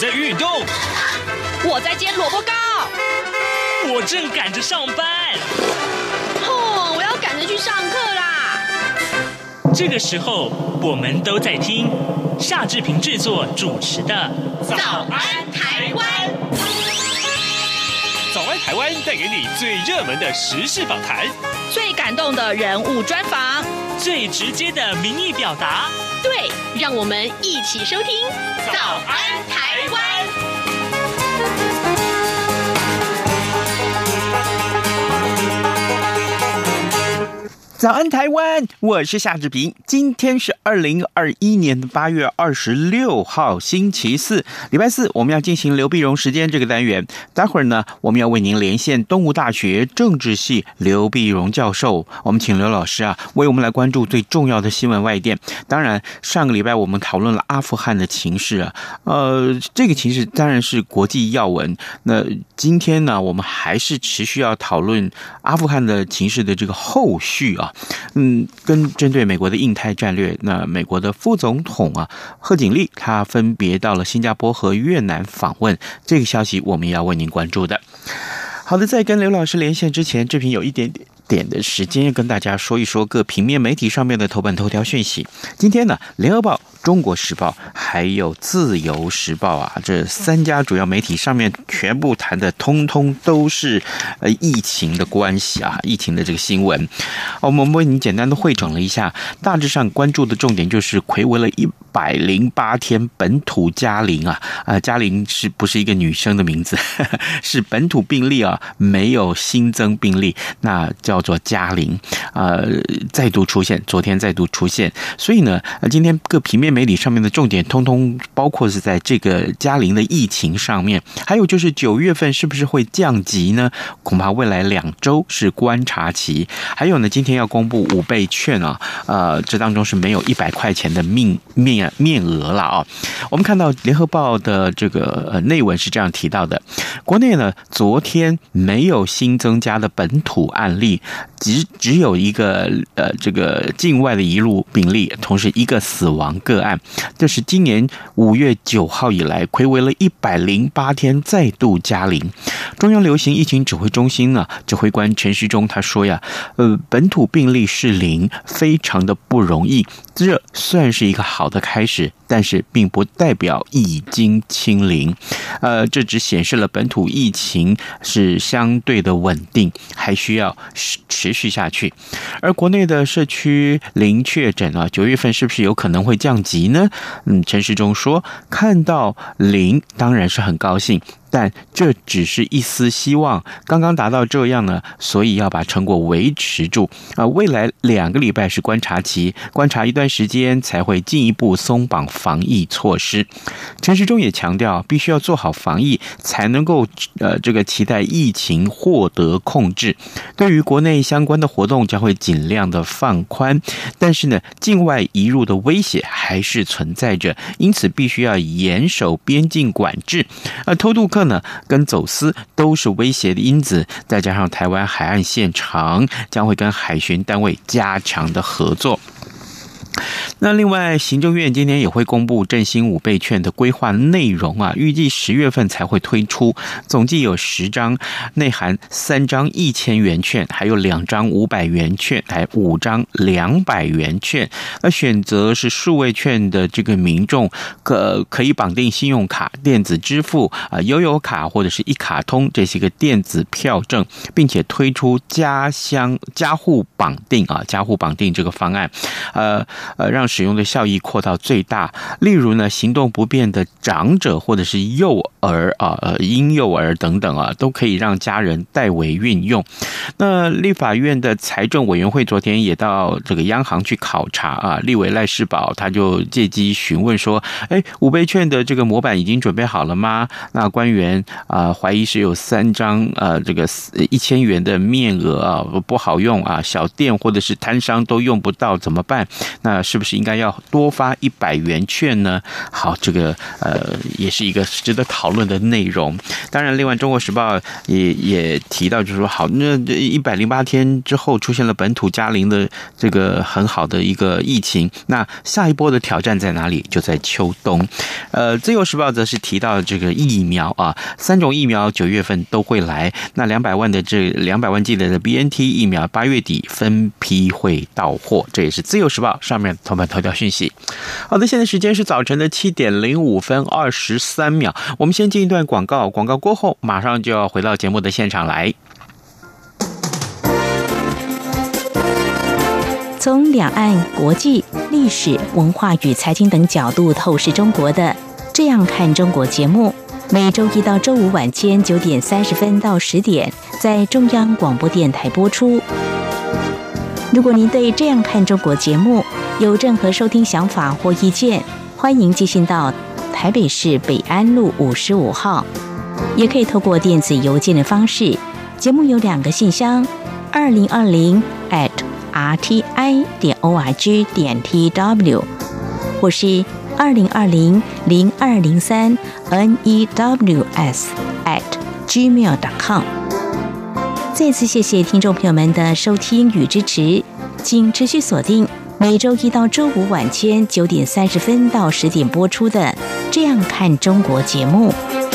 在运动， 我在煎萝卜糕， 我正赶着上班。 我要赶着去上课啦。 这个时候，我们都在听夏志平制作主持的《 早安台湾》。 早安台湾带给你最热门的时事访谈， 最感动的人物专访， 最直接的民意表达。 对，让我们一起收听《早安台湾》。 早安台湾，我是夏志平。今天是2021年的8月26号，星期四，礼拜四，我们要进行刘碧荣时间这个单元。待会儿呢，我们要为您连线东吴大学政治系刘碧荣教授。我们请刘老师为我们来关注最重要的新闻外电。当然，上个礼拜我们讨论了阿富汗的情势这个情势当然是国际要闻。那今天呢，我们还是持续要讨论阿富汗的情势的这个后续跟针对美国的印太战略，那美国的副总统贺锦丽，他分别到了新加坡和越南访问，这个消息我们也要为您关注的。好的，在跟刘老师连线之前，志平有一点的时间跟大家说一说各平面媒体上面的头版头条讯息。今天呢，联合报、中国时报还有自由时报这三家主要媒体上面全部谈的通通都是疫情的关系疫情的这个新闻。我们为你简单的汇整了一下，大致上关注的重点就是睽违了108天本土嘉玲嘉玲是不是一个女生的名字是本土病例没有新增病例，那叫做嘉玲再度出现，昨天再度出现。所以呢，今天各平面媒体上面的重点通通包括是在这个嘉玲的疫情上面，还有就是9月份是不是会降级呢？恐怕未来2周是观察期。还有呢，今天要公布5倍券这当中是没有100块钱的面额了我们看到联合报的这个内文是这样提到的：国内呢，昨天没有新增加的本土案例，只有一个这个境外的移入病例，同时一个死亡个案。这是今年5月9号以来睽违了108天再度嘉玲。中央流行疫情指挥中心呢，指挥官陈时中他说本土病例是0，非常的不容易。这算是一个好的开始，但是并不代表已经清零。这只显示了本土疫情是相对的稳定，还需要持续下去。而国内的社区零确诊9月份是不是有可能会降级呢？陈时中说，看到0当然是很高兴，但这只是一丝希望，刚刚达到这样呢，所以要把成果维持住未来2个礼拜是观察期，观察一段时间才会进一步松绑防疫措施。陈时中也强调，必须要做好防疫，才能够这个期待疫情获得控制。对于国内相关的活动将会尽量的放宽，但是呢，境外移入的威胁还是存在着，因此必须要严守边境管制。偷渡客呢跟走私都是威胁的因子，再加上台湾海岸线长，将会跟海巡单位加强的合作。那另外，行政院今天也会公布振兴5倍券的规划内容预计10月份才会推出，总计有10张，内含3张1000元券，还有2张500元券，还有5张200元券。那选择是数位券的这个民众，可以绑定信用卡、电子支付悠游卡或者是一卡通这些个电子票证，并且推出家户绑定这个方案，让使用的效益扩到最大。例如呢，行动不便的长者或者是幼儿婴幼儿等等都可以让家人代为运用。那立法院的财政委员会昨天也到这个央行去考察立委赖世宝他就借机询问说，5倍券的这个模板已经准备好了吗？那官员怀疑是有3张这个1000元的面额不好用小店或者是摊商都用不到怎么办？那是不不是应该要多发100元券呢？好，这个也是一个值得讨论的内容。当然，另外《中国时报》也提到，就是说，好，那108天之后出现了本土加零的这个很好的一个疫情，那下一波的挑战在哪里？就在秋冬。自由时报则是提到这个疫苗啊，3种疫苗9月份都会来，那200万剂的 BNT 疫苗8月底分批会到货，这也是自由时报上面头版头条讯息。好的，现在时间是早晨的7点05分23秒，我们先进一段广告，广告过后马上就要回到节目的现场来。 从两岸、国际、历史文化与财经等角度透视中国的这样看中国节目，每周一到周五晚间9点30分到10点在中央广播电台播出。如果您对这样看中国节目有任何收听想法或意见，欢迎寄信到台北市北安路55号，也可以透过电子邮件的方式。节目有2个信箱2020@rti.org.tw 或是2020-0203-news@gmail.com。 再次谢谢听众朋友们的收听与支持，请持续锁定每周一到周五晚间9点30分到10点播出的《这样看中国》节目。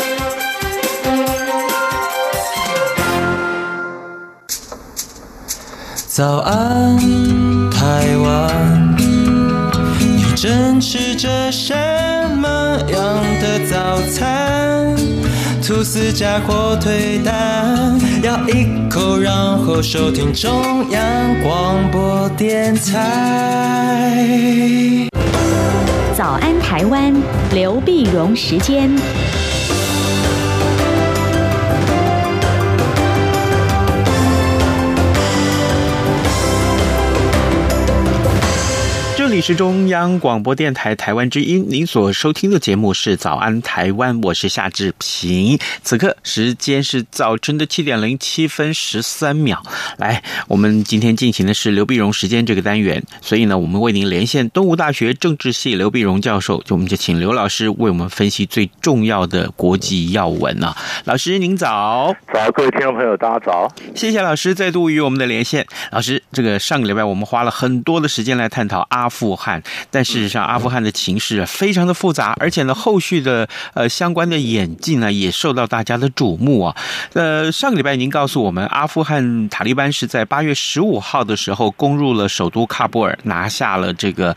早安，台湾，你正吃着什么样的早餐？吐司加火腿蛋，咬一口，然后收听中央广播电台。 早安台湾，刘碧荣时间。 这里是中央广播电台台湾之音，您所收听的节目是早安台湾，我是夏志平。此刻时间是早晨的7点07分13秒。来，我们今天进行的是刘碧荣时间这个单元，所以呢，我们为您连线东吴大学政治系刘碧荣教授，我们就请刘老师为我们分析最重要的国际要闻啊。老师您早。 早，各位听众朋友大家早。 谢谢老师再度与我们的连线。老师，这个上个礼拜我们花了很多的时间来探讨阿富汗，但事实上阿富汗的情势非常的复杂，而且呢后续的相关的演进呢也受到大家的瞩目啊。上个礼拜您告诉我们，阿富汗塔利班是在8月15号的时候攻入了首都喀布尔，拿下了这个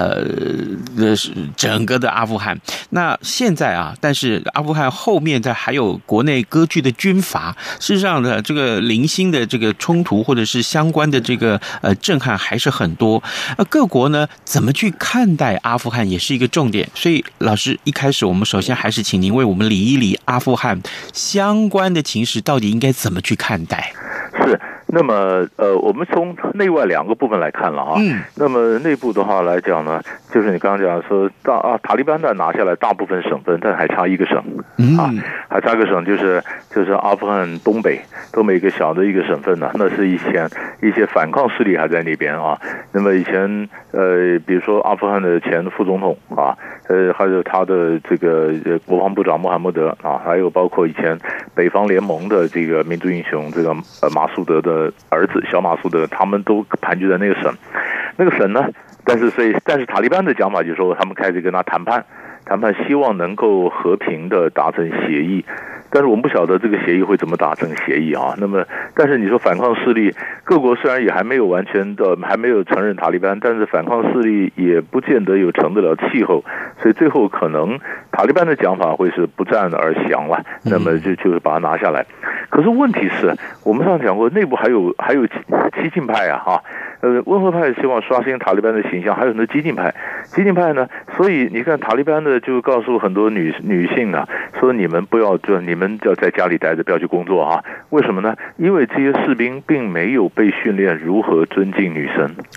整个的阿富汗。那现在啊，但是阿富汗后面还有国内割据的军阀，事实上的这个零星的这个冲突或者是相关的这个震撼还是很多。各国呢怎么去看待阿富汗也是一个重点，所以老师一开始我们首先还是请您为我们理一理阿富汗相关的情势到底应该怎么去看待。 是，那么我们从内外2个部分来看了哈。那么内部的话来讲呢，就是你刚刚讲说塔利班呢拿下来大部分省份，但还差一个省啊，还差一个省就是阿富汗东北一个小的一个省份呢，那是以前一些反抗势力还在那边啊。那么以前比如说阿富汗的前副总统啊，还有他的这个国防部长穆罕默德啊，还有包括以前北方联盟的这个民族英雄这个马苏德的儿子小马苏德，他们都盘踞在那个省。那个省呢，但是塔利班的讲法就是说，他们开始跟他谈判，希望能够和平的达成协议。但是我们不晓得这个协议会怎么达成协议啊。那么，但是你说反抗势力，各国虽然也还没有完全的还没有承认塔利班，但是反抗势力也不见得有成得了气候，所以最后可能塔利班的讲法会是不战而降了，那么就是把它拿下来。可是问题是我们上次讲过，内部还有激进派啊哈。温和派希望刷新塔利班的形象，还有很多激进派呢，所以你看塔利班的就告诉很多女性啊，说你们要在家里待着，不要去工作啊。为什么呢？因为这些士兵并没有被训练如何尊敬女生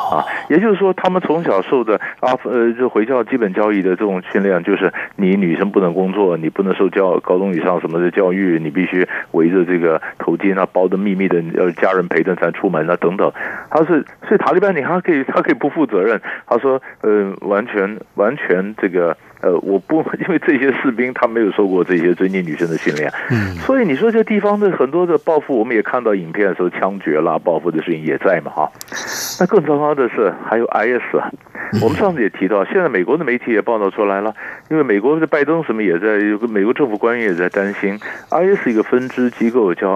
也就是说，他们从小受的就回教基本教育的这种训练，就是你女生不能工作，你不能受高中以上什么的教育，你必须围着这个头巾啊，包得密密的，家人陪着才出门啊，等等。所以塔利班他可以不负责任，他说完全这个。我不，因为这些士兵他没有受过这些尊敬女生的训练，所以你说这地方的很多的报复，我们也看到影片的时候，枪决啦、报复的事情也在嘛哈。那更糟糕的是还有 IS 啊，我们上次也提到，现在美国的媒体也报道出来了，因为美国的拜登什么也在，美国政府官员也在担心 IS 一个分支机构叫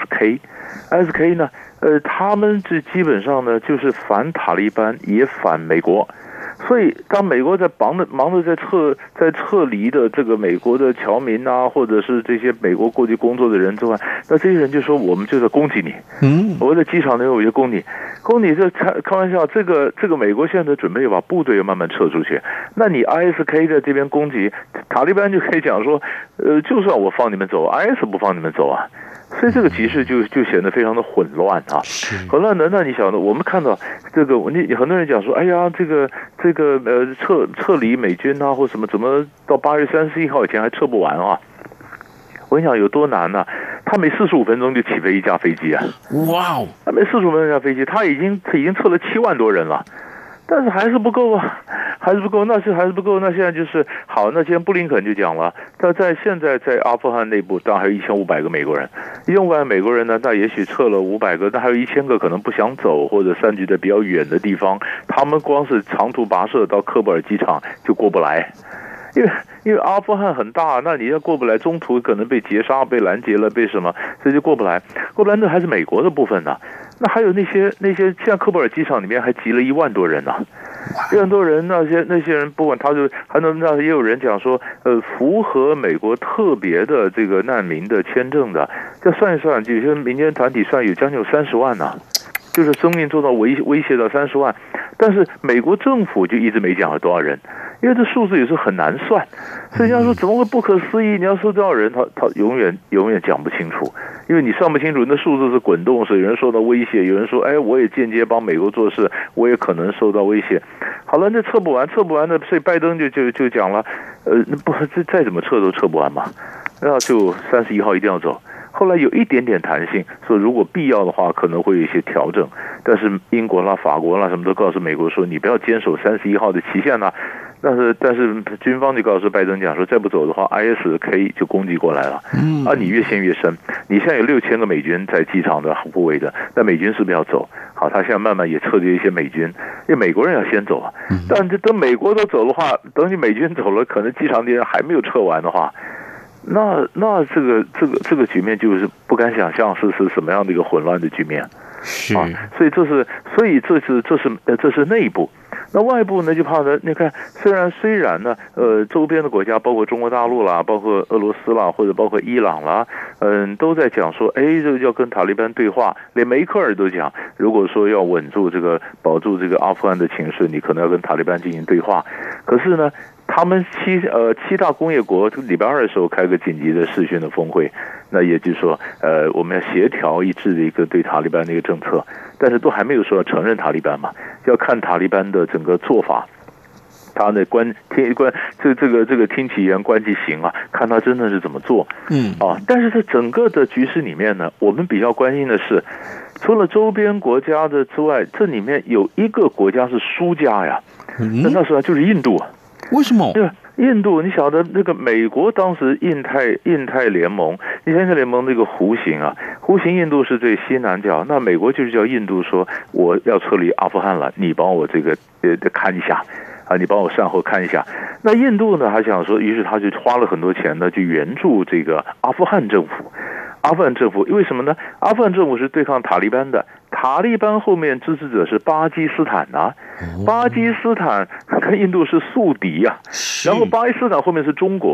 ISK 呢，他们这基本上呢就是反塔利班也反美国。所以，当美国在忙着在撤离的这个美国的侨民啊，或者是这些美国过去工作的人之外，那这些人就说我们就在攻击你，我在机场那边我就攻你，这开玩笑，这个美国现在准备把部队慢慢撤出去，那你 ISK 在这边攻击塔利班就可以讲说，就算我放你们走 ，IS 不放你们走啊。所以这个局势就显得非常的混乱啊，混乱的。那你想呢？我们看到这个，你很多人讲说，哎呀，这个撤离美军啊，或什么，怎么到8月31号以前还撤不完啊？我跟你讲有多难啊！他每45分钟就起飞一架飞机啊！ 哇哦！ 他每45分钟一架飞机，他已经撤了7万多人了。但是还是不够啊，还是不够。那现在就是好。那今天布林肯就讲了，他现在在阿富汗内部，当然还有1500个美国人，1500美国人呢，那也许撤了500个，但还有1000个可能不想走，或者散居在比较远的地方，他们光是长途跋涉到喀布尔机场就过不来。因为阿富汗很大，那你要过不来，中途可能被截杀、被拦截了、被什么，所以就过不来。那还是美国的部分呢。那还有那些，现在喀布尔机场里面还挤了1万多人呢，1万多人，那些人不管他就还能，那也有人讲说，符合美国特别的这个难民的签证的，这算一算，有些民间团体算有将近30万呢。就是生命受到威胁到30万，但是美国政府就一直没讲了多少人，因为这数字有时候很难算，所以人家说怎么会不可思议？你要说多少人，他永远讲不清楚，因为你算不清楚，那数字是滚动式，有人受到威胁，有人说，哎，我也间接帮美国做事，我也可能受到威胁。好了，那撤不完的，所以拜登就讲了，不，这再怎么撤都撤不完嘛，那就31号一定要走。后来有一点点弹性，说如果必要的话可能会有一些调整，但是英国啦、法国啦什么都告诉美国说，你不要坚守31号的期限啦。但是军方就告诉拜登讲说，再不走的话 ，ISK 就攻击过来了。你越陷越深。你现在有6000个美军在机场的部位的，那美军是不是要走？好，他现在慢慢也撤离一些美军，因为美国人要先走啊。但等美国都走的话，等你美军走了，可能机场的人还没有撤完的话。那这个局面就是不敢想象是什么样的一个混乱的局面， 是啊，所以这是内部。那外部呢，就怕呢，你看，虽然呢，周边的国家，包括中国大陆啦，包括俄罗斯啦，或者包括伊朗啦，都在讲说，这个要跟塔利班对话，连梅克尔都讲，如果说要稳住保住这个阿富汗的情势，你可能要跟塔利班进行对话。可是呢，他们七大工业国礼拜2的时候开个紧急的视讯的峰会，那也就是说，我们要协调一致的一个对塔利班的一个政策，但是都还没有说要承认塔利班嘛，要看塔利班的整个做法，他的这个听其言观其行啊，看他真的是怎么做，但是在整个的局势里面呢，我们比较关心的是，除了周边国家的之外，这里面有一个国家是输家呀，那时候就是印度。 为什么？ 对，印度，你晓得那个美国当时印太联盟，印太联盟那个弧形啊，弧形印度是最西南角，那美国就是叫印度说我要撤离阿富汗了，你帮我这个看一下啊，你帮我善后看一下。那印度呢，还想说，于是他就花了很多钱呢，去援助这个阿富汗政府。阿富汗政府为什么呢？阿富汗政府是对抗塔利班的，塔利班后面支持者是巴基斯坦啊，巴基斯坦跟印度是宿敌啊，然后巴基斯坦后面是中国啊，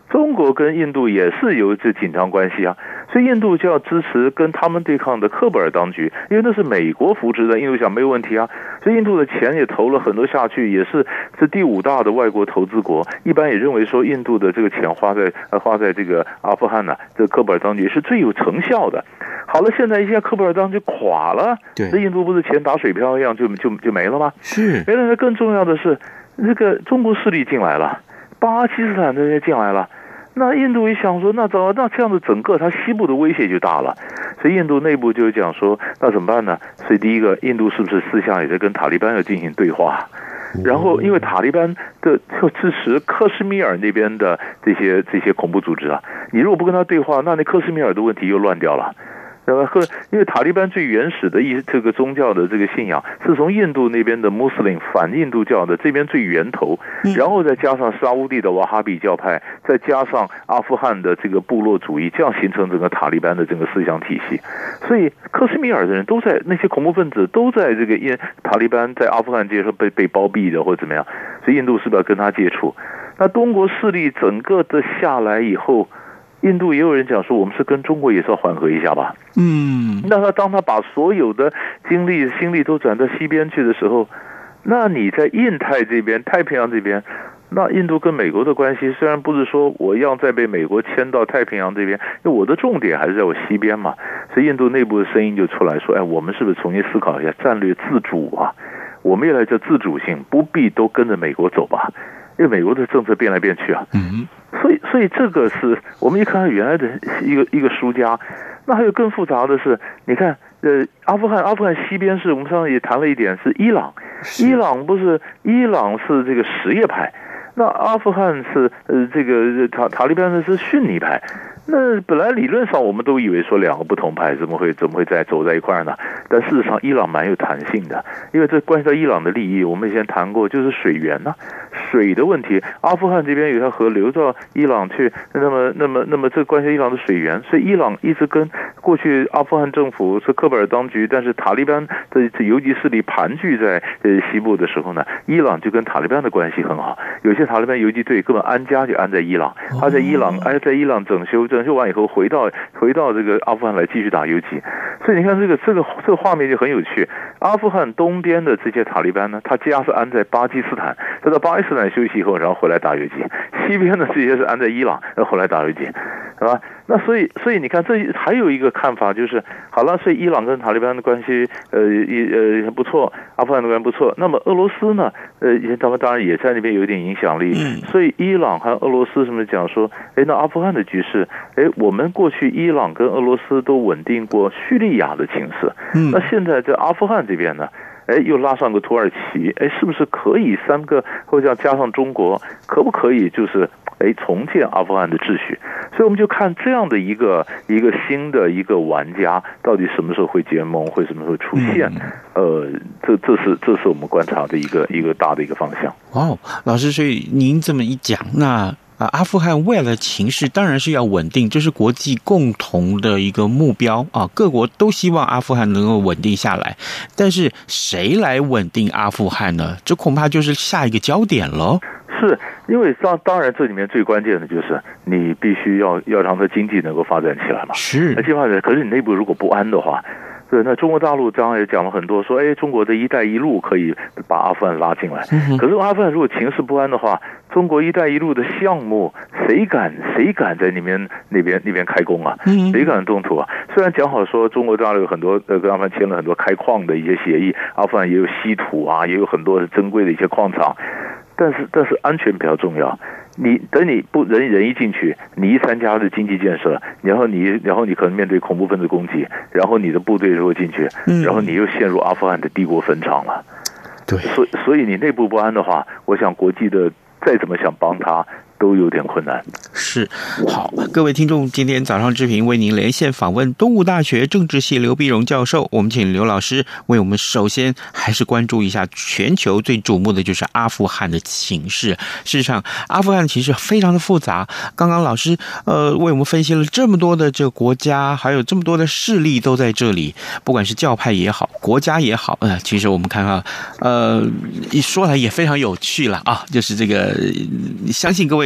中国跟印度也是有这紧张关系啊，所以印度就要支持跟他们对抗的喀布尔当局，因为那是美国扶植的，印度想没有问题啊，所以印度的钱也投了很多下去，也是第5大的外国投资国，一般也认为说印度的这个钱花在这个阿富汗这个喀布尔当局是最有成效的。好了，现在一下喀布尔当局垮了，那印度不是钱打水漂一样就没了吗？ 是， 没了。更重要的是，这个中国势力进来了，巴基斯坦这些进来了。那印度一想说，那这样子整个它西部的威胁就大了，所以印度内部就讲说，那怎么办呢？所以第一个，印度是不是私下也在跟塔利班要进行对话？然后因为塔利班的就支持克什米尔那边的这些恐怖组织啊，你如果不跟他对话，那克什米尔的问题又乱掉了。因为塔利班最原始的这个宗教的这个信仰是从印度那边的穆斯林反印度教的这边最源头，然后再加上沙乌地的瓦哈比教派，再加上阿富汗的这个部落主义，这样形成整个塔利班的整个思想体系。所以克什米尔的人都在，那些恐怖分子都在这个塔利班在阿富汗接受被包庇的或者怎么样，所以印度是不是要跟他接触？那中国势力整个的下来以后，印度也有人讲说，我们是跟中国也是要缓和一下吧。那当他把所有的精力心力都转到西边去的时候，那你在印太这边、太平洋这边，那印度跟美国的关系虽然不是说我要再被美国迁到太平洋这边，因为我的重点还是在我西边嘛，所以印度内部的声音就出来说，我们是不是重新思考一下战略自主啊？我们也来叫自主性，不必都跟着美国走吧，因为美国的政策变来变去啊。所以这个是我们一看原来的一个输家。那还有更复杂的是，你看阿富汗西边是我们上次也谈了一点，是伊朗伊朗是这个什叶派，那阿富汗是这个塔利班是逊尼派。那本来理论上我们都以为说两个不同派怎么会再走在一块呢？但事实上伊朗蛮有弹性的，因为这关系到伊朗的利益。我们以前谈过，就是水源啊，水的问题。阿富汗这边有条河流到伊朗去，那么这关系到伊朗的水源，所以伊朗一直跟过去阿富汗政府是喀布尔当局，但是塔利班的游击势力盘踞在西部的时候呢，伊朗就跟塔利班的关系很好。有些塔利班游击队根本安家就安在伊朗，他在伊朗整修完以后回到这个阿富汗来继续打游击。所以你看这个画面就很有趣。阿富汗东边的这些塔利班呢，他家是安在巴基斯坦，他到巴基斯坦休息以后，然后回来打游击。西边的这些是安在伊朗，然后回来打游击，是吧？那所以你看，这还有一个看法就是，好了，所以伊朗跟塔利班的关系不错，阿富汗的关系不错。那么俄罗斯呢，他们当然也在那边有一点影响力。所以伊朗和俄罗斯什么讲说，那阿富汗的局势，我们过去伊朗跟俄罗斯都稳定过叙利亚的情势，那现在在阿富汗这边呢，又拉上个土耳其，是不是可以3个或者加上中国，可不可以就是重建阿富汗的秩序？所以我们就看这样的一个新的一个玩家到底什么时候会结盟，会什么时候出现？这是我们观察的一个大的一个方向。 哇，老师，所以您这么一讲，那阿富汗未来的情势当然是要稳定，这是国际共同的一个目标啊！各国都希望阿富汗能够稳定下来，但是谁来稳定阿富汗呢？这恐怕就是下一个焦点了。 是因为当然这里面最关键的就是你必须要让它经济能够发展起来嘛。 是， 那发展，可是你内部如果不安的话。对，那中国大陆刚刚也讲了很多，说中国的一带一路可以把阿富汗拉进来。可是阿富汗如果情势不安的话，中国一带一路的项目谁敢在那边开工啊？谁敢动土啊？虽然讲好说中国大陆有很多跟阿富汗签了很多开矿的一些协议，阿富汗也有稀土啊，也有很多珍贵的一些矿场，但是安全比较重要。等你不人一进去，你一参加的经济建设，然后你可能面对恐怖分子攻击，然后你的部队如果进去，然后你又陷入阿富汗的帝国坟场了。 对， 所以你内部不安的话，我想国际的再怎么想帮他都有点困难。 是，好，各位听众，今天早上之平为您连线访问东吴大学政治系刘碧荣教授，我们请刘老师为我们首先还是关注一下全球最瞩目的就是阿富汗的情势。事实上，阿富汗的情势非常的复杂。刚刚老师为我们分析了这么多的这个国家，还有这么多的势力都在这里，不管是教派也好，国家也好，其实我们看看，一说来也非常有趣了啊，就是这个，相信各位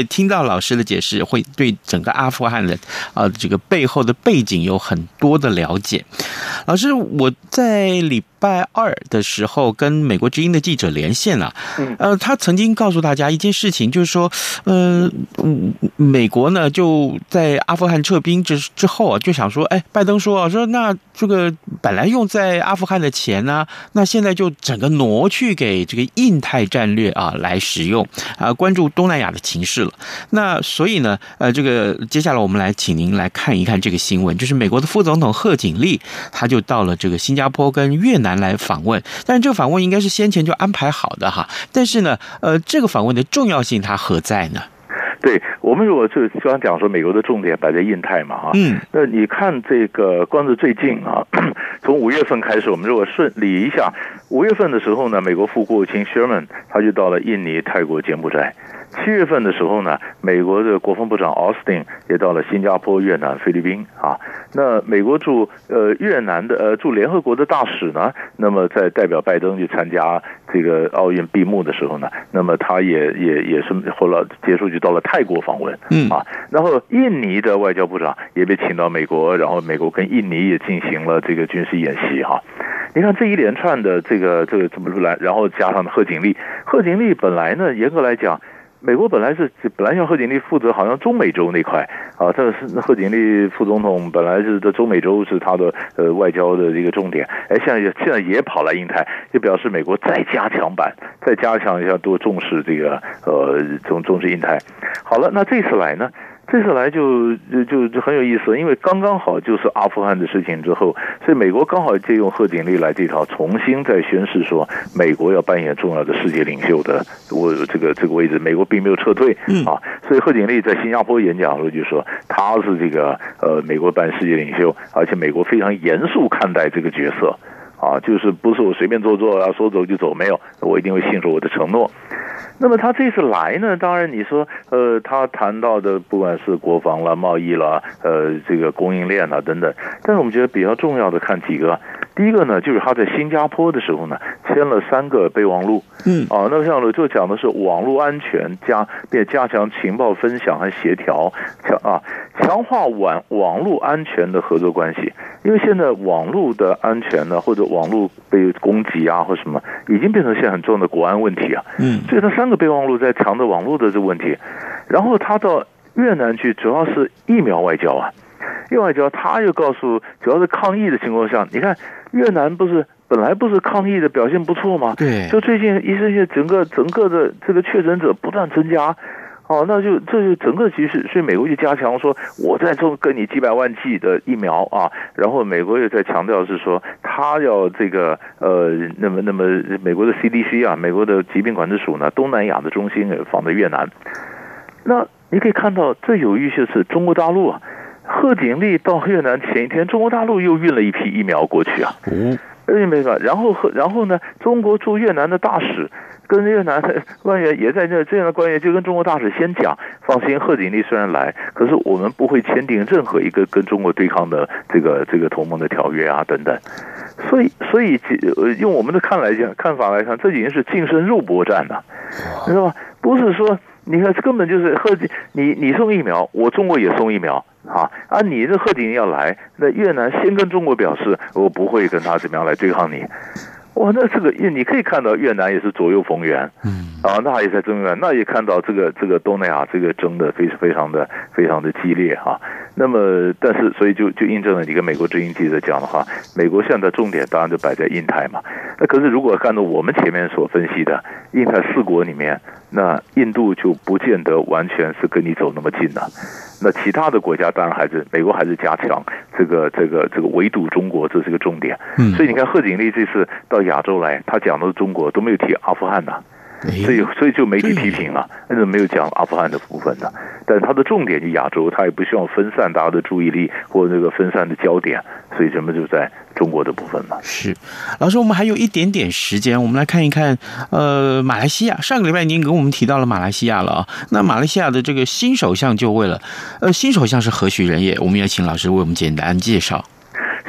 会听到老师的解释，会对整个阿富汗的这个背后的背景有很多的了解。老师，我在礼拜二的时候跟美国之音的记者连线了，他曾经告诉大家一件事情，就是说，美国呢就在阿富汗撤兵之后啊，就想说，拜登说那这个本来用在阿富汗的钱呢，那现在就整个挪去给这个印太战略来使用关注东南亚的情势了。那所以呢，这个接下来我们来请您来看一看这个新闻，就是美国的副总统贺锦丽，他就到了这个新加坡跟越南来访问，但是这个访问应该是先前就安排好的哈。但是呢，这个访问的重要性它何在呢？ 对，我们如果就刚讲说美国的重点摆在印太嘛那你看这个光是最近从5月份开始，我们如果顺理一下，5月份的时候呢，美国副国务卿 Sherman 他就到了印尼、泰国、柬埔寨。7月份的时候呢，美国的国防部长 Austin 也到了新加坡、越南、菲律宾那美国驻越南的驻联合国的大使呢，那么在代表拜登去参加这个奥运闭幕的时候呢，那么他也是后来结束就到了泰国访问然后印尼的外交部长也被请到美国，然后美国跟印尼也进行了这个军事演习你看这一连串的这个怎么来，然后加上贺锦丽本来呢，严格来讲，美国本来让贺锦丽负责好像中美洲那块这个是贺锦丽副总统本来是的中美洲是他的外交的一个重点，现在也跑来印太，就表示美国再加强一下，多重视这个重视印太。好了，那这次来呢？这次来就很有意思，因为刚刚好就是阿富汗的事情之后，所以美国刚好借用贺锦丽来这套，重新再宣示说美国要扮演重要的世界领袖的这个位置，美国并没有撤退所以贺锦丽在新加坡演讲的时候就说他是这个美国扮世界领袖，而且美国非常严肃看待这个角色就是不是我随便做说走就走，没有，我一定会信守我的承诺。那么他这次来呢，当然你说他谈到的不管是国防啦、贸易啦、这个供应链啦等等，但是我们觉得比较重要的看几个。第一个呢，就是他在新加坡的时候呢，签了3个备忘录。那像就讲的是网络安全并加强情报分享和协调，强化网络安全的合作关系。因为现在网络的安全呢，或者网络被攻击或什么，已经变成现在很重要的国安问题所以他3个备忘录在强调网络的这个问题。然后他到越南去，主要是疫苗外交疫苗外交，他又告诉，主要是抗疫的情况下，你看越南本来不是抗疫的表现不错吗？ 对， 就最近医生整个的这个确诊者不断增加。那这就整个局势，所以美国就加强说，我在跟你几百万剂的疫苗然后美国也在强调是说，他要这个那么美国的 CDC 美国的疾病管制署呢，东南亚的中心也放在越南。那你可以看到最有意思的是中国大陆贺锦丽到越南前一天，中国大陆又运了一批疫苗过去没错。然后呢，中国驻越南的大使跟越南的官员也在这样的官员就跟中国大使先讲，放心，贺锦丽虽然来，可是我们不会签订任何一个跟中国对抗的这个同盟的条约等等。所以用我们的看法来看，这已经是近身肉搏战了，知道吧？不是说你看根本就是你送疫苗，我中国也送疫苗你这贺锦丽要来，那越南先跟中国表示我不会跟他怎么样来对抗你。那这个你可以看到越南也是左右逢源，那也在中原，那也看到这个东南亚这个争的非常的激烈那么但是所以就印证了你跟美国之音记者讲的话，美国现在重点当然就摆在印太嘛。那可是如果看到我们前面所分析的印太4国里面，那印度就不见得完全是跟你走那么近了。那其他的国家当然美国还是加强这个围堵中国，这是个重点。所以你看贺锦丽这次到亚洲来，他讲的是中国，都没有提阿富汗所以就媒体批评没有讲阿富汗的部分但是他的重点就亚洲，他也不希望分散大家的注意力或这个分散的焦点，所以什么就在中国的部分嘛。 是，老师，我们还有一点点时间，我们来看一看马来西亚。上个礼拜您跟我们提到了马来西亚了那马来西亚的这个新首相就位了，新首相是何许人也？我们也请老师为我们简单介绍。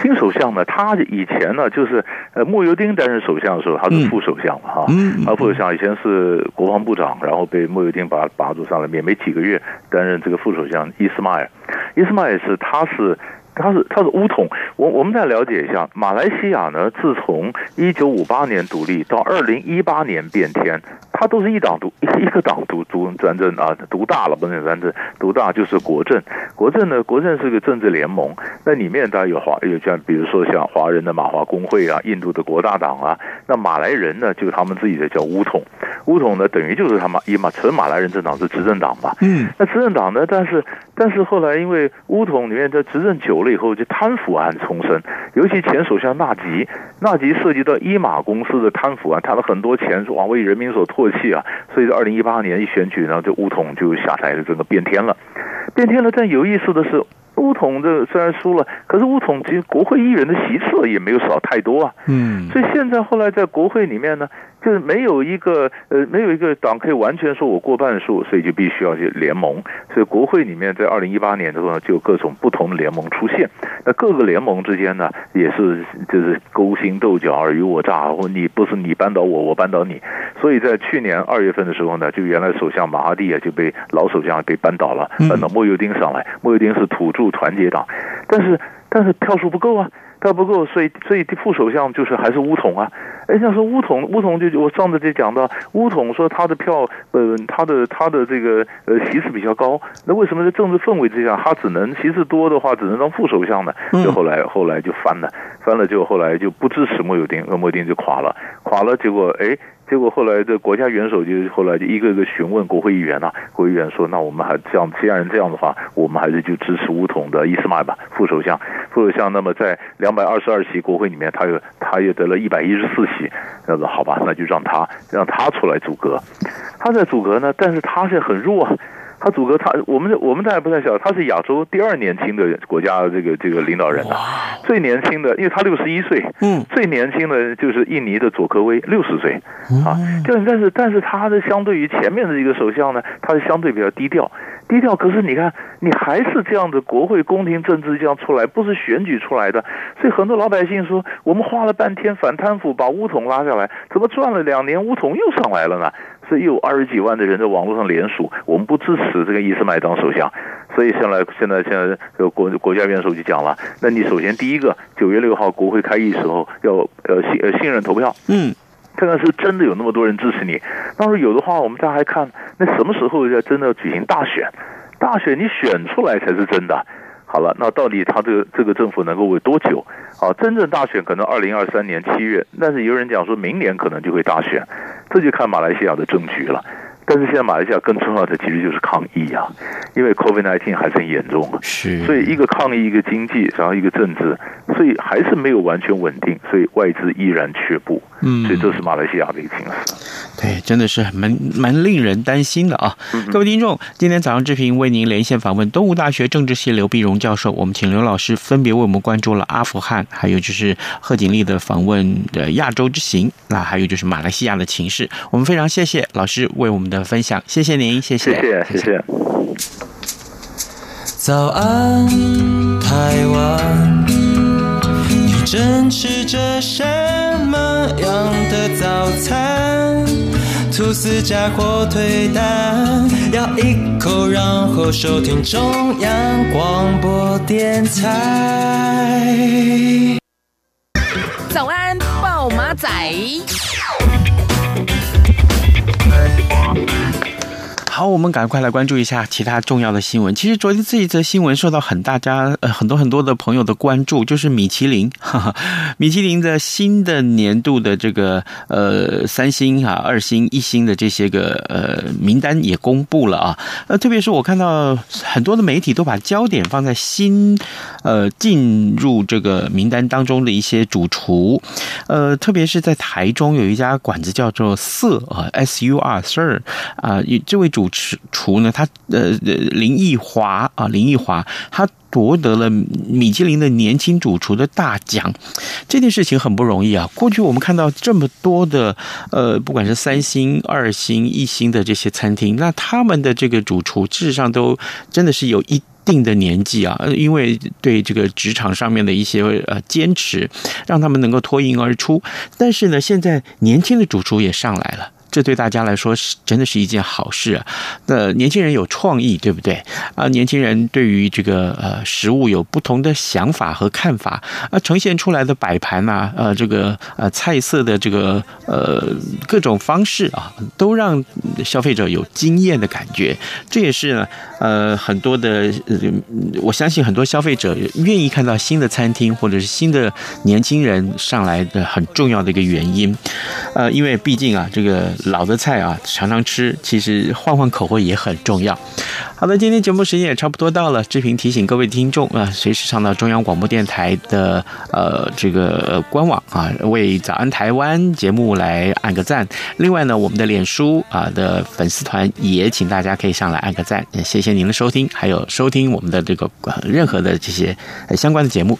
新首相呢，他以前呢就是莫尤丁担任首相的时候，他是副首相哈，他副首相以前是国防部长，然后被莫尤丁拔擢上来，也没几个月担任这个副首相。伊斯迈尔是他是巫统。我们再了解一下，马来西亚呢，自从1958年独立到2018年变天，它都是一个党专政啊，独大了不能专政，独大就是国政。国政是个政治联盟，那里面当然有像比如说像华人的马华工会啊，印度的国大党啊，那马来人呢就他们自己的叫巫统。巫统呢等于就是纯马来人政党是执政党嘛。那执政党呢，但是后来因为巫统里面的执政久了以后，就贪腐案丛生，尤其前首相纳吉涉及到伊马公司的贪腐案，贪了很多钱，为人民所唾弃啊，所以在2018年一选举呢，这巫统就下台了，整个变天了。但有意思的是，巫统这虽然输了，可是巫统其实国会议员的席次也没有少太多啊。所以现在后来在国会里面呢，就是没有一个党可以完全说我过半数，所以就必须要去联盟。所以国会里面在2018年之后呢，就有各种不同的联盟出现。那各个联盟之间呢，也是就是勾心斗角、尔虞我诈，或你不是你扳倒我，我扳倒你。所以在去年2月份的时候呢，就原来首相马哈蒂啊就被老首相被扳倒了，扳倒莫尤丁上来。莫尤丁是土著团结党，但是票数不够啊。所以副首相就是还是巫统啊。像说巫统就我上次就讲到，巫统说他的票他的这个席次比较高，那为什么在政治氛围之下，他只能席次多的话只能当副首相呢？就后来就翻了，就后来就不支持莫尤丁，莫尤丁就垮了，结果后来的国家元首就后来就一个一个询问国会议员国会议员说，那我们还这样，既然这样的话，我们还是就支持巫统的伊斯迈吧，副首相。那么在222席国会里面，他也得了114席，那说好吧，那就让他出来组阁。他在组阁呢，但是他现在很弱啊。他组阁，我们大家不太晓得，他是亚洲第2年轻的国家的这个领导人最年轻的，因为他61岁，最年轻的就是印尼的佐科威60岁但是他的相对于前面的一个首相呢，他是相对比较低调。可是你看，你还是这样的国会宫廷政治这样出来，不是选举出来的，所以很多老百姓说，我们花了半天反贪腐把巫统拉下来，怎么转了2年巫统又上来了呢？所以又有20几万的人在网络上联署，我们不支持这个伊斯迈当首相。所以现在国家元首就讲了，那你首先第一个9月6号国会开议时候要信任投票，看看是真的有那么多人支持你。当然有的话，我们大家还看那什么时候要真的举行大选你选出来才是真的。好了，那到底他这个政府能够为多久？真正大选可能2023年7月，但是有人讲说明年可能就会大选，这就看马来西亚的政局了。但是现在马来西亚更重要的其实就是抗疫啊，因为 COVID-19 还是很严重，所以一个抗疫，一个经济，然后一个政治，所以还是没有完全稳定，所以外资依然却步。所以这是马来西亚的一个情势。 对，真的是蛮令人担心的啊！各位听众，今天早上志平为您连线访问东吴大学政治系刘碧荣教授，我们请刘老师分别为我们关注了阿富汗，还有就是贺锦丽的访问的亚洲之行，那还有就是马来西亚的情势。我们非常谢谢老师为我们的分享，谢谢您，谢谢。 早安，台湾，你正吃着什么样的早餐？吐司加火腿蛋，咬一口，然后收听中央广播电台。 早安，暴马仔。 好，我们赶快来关注一下其他重要的新闻。其实昨天这一则新闻受到很多的朋友的关注，就是米其林的新的年度的这个3星2星1星的这些个名单也公布了啊。特别是我看到很多的媒体都把焦点放在新进入这个名单当中的一些主厨，特别是在台中有一家馆子叫做SUR 啊，这位主主厨呢，他林奕华，他夺得了米其林的年轻主厨的大奖，这件事情很不容易啊。过去我们看到这么多的不管是3星、2星、1星的这些餐厅，那他们的这个主厨事实上都真的是有一定的年纪啊，因为对这个职场上面的一些坚持，让他们能够脱颖而出。但是呢，现在年轻的主厨也上来了。这对大家来说真的是一件好事啊！那年轻人有创意，对不对啊？年轻人对于这个食物有不同的想法和看法啊，呈现出来的摆盘啊，这个菜色的这个各种方式啊，都让消费者有惊艳的感觉。这也是呢很多的我相信很多消费者愿意看到新的餐厅或者是新的年轻人上来的很重要的一个原因。因为毕竟啊，这个老的菜啊，常常吃，其实换换口味也很重要。好的，今天节目时间也差不多到了，志平提醒各位听众啊，随时上到中央广播电台的这个官网啊，为早安台湾节目来按个赞。另外呢，我们的脸书的粉丝团也请大家可以上来按个赞。谢谢您的收听，还有收听我们的这个任何的这些相关的节目，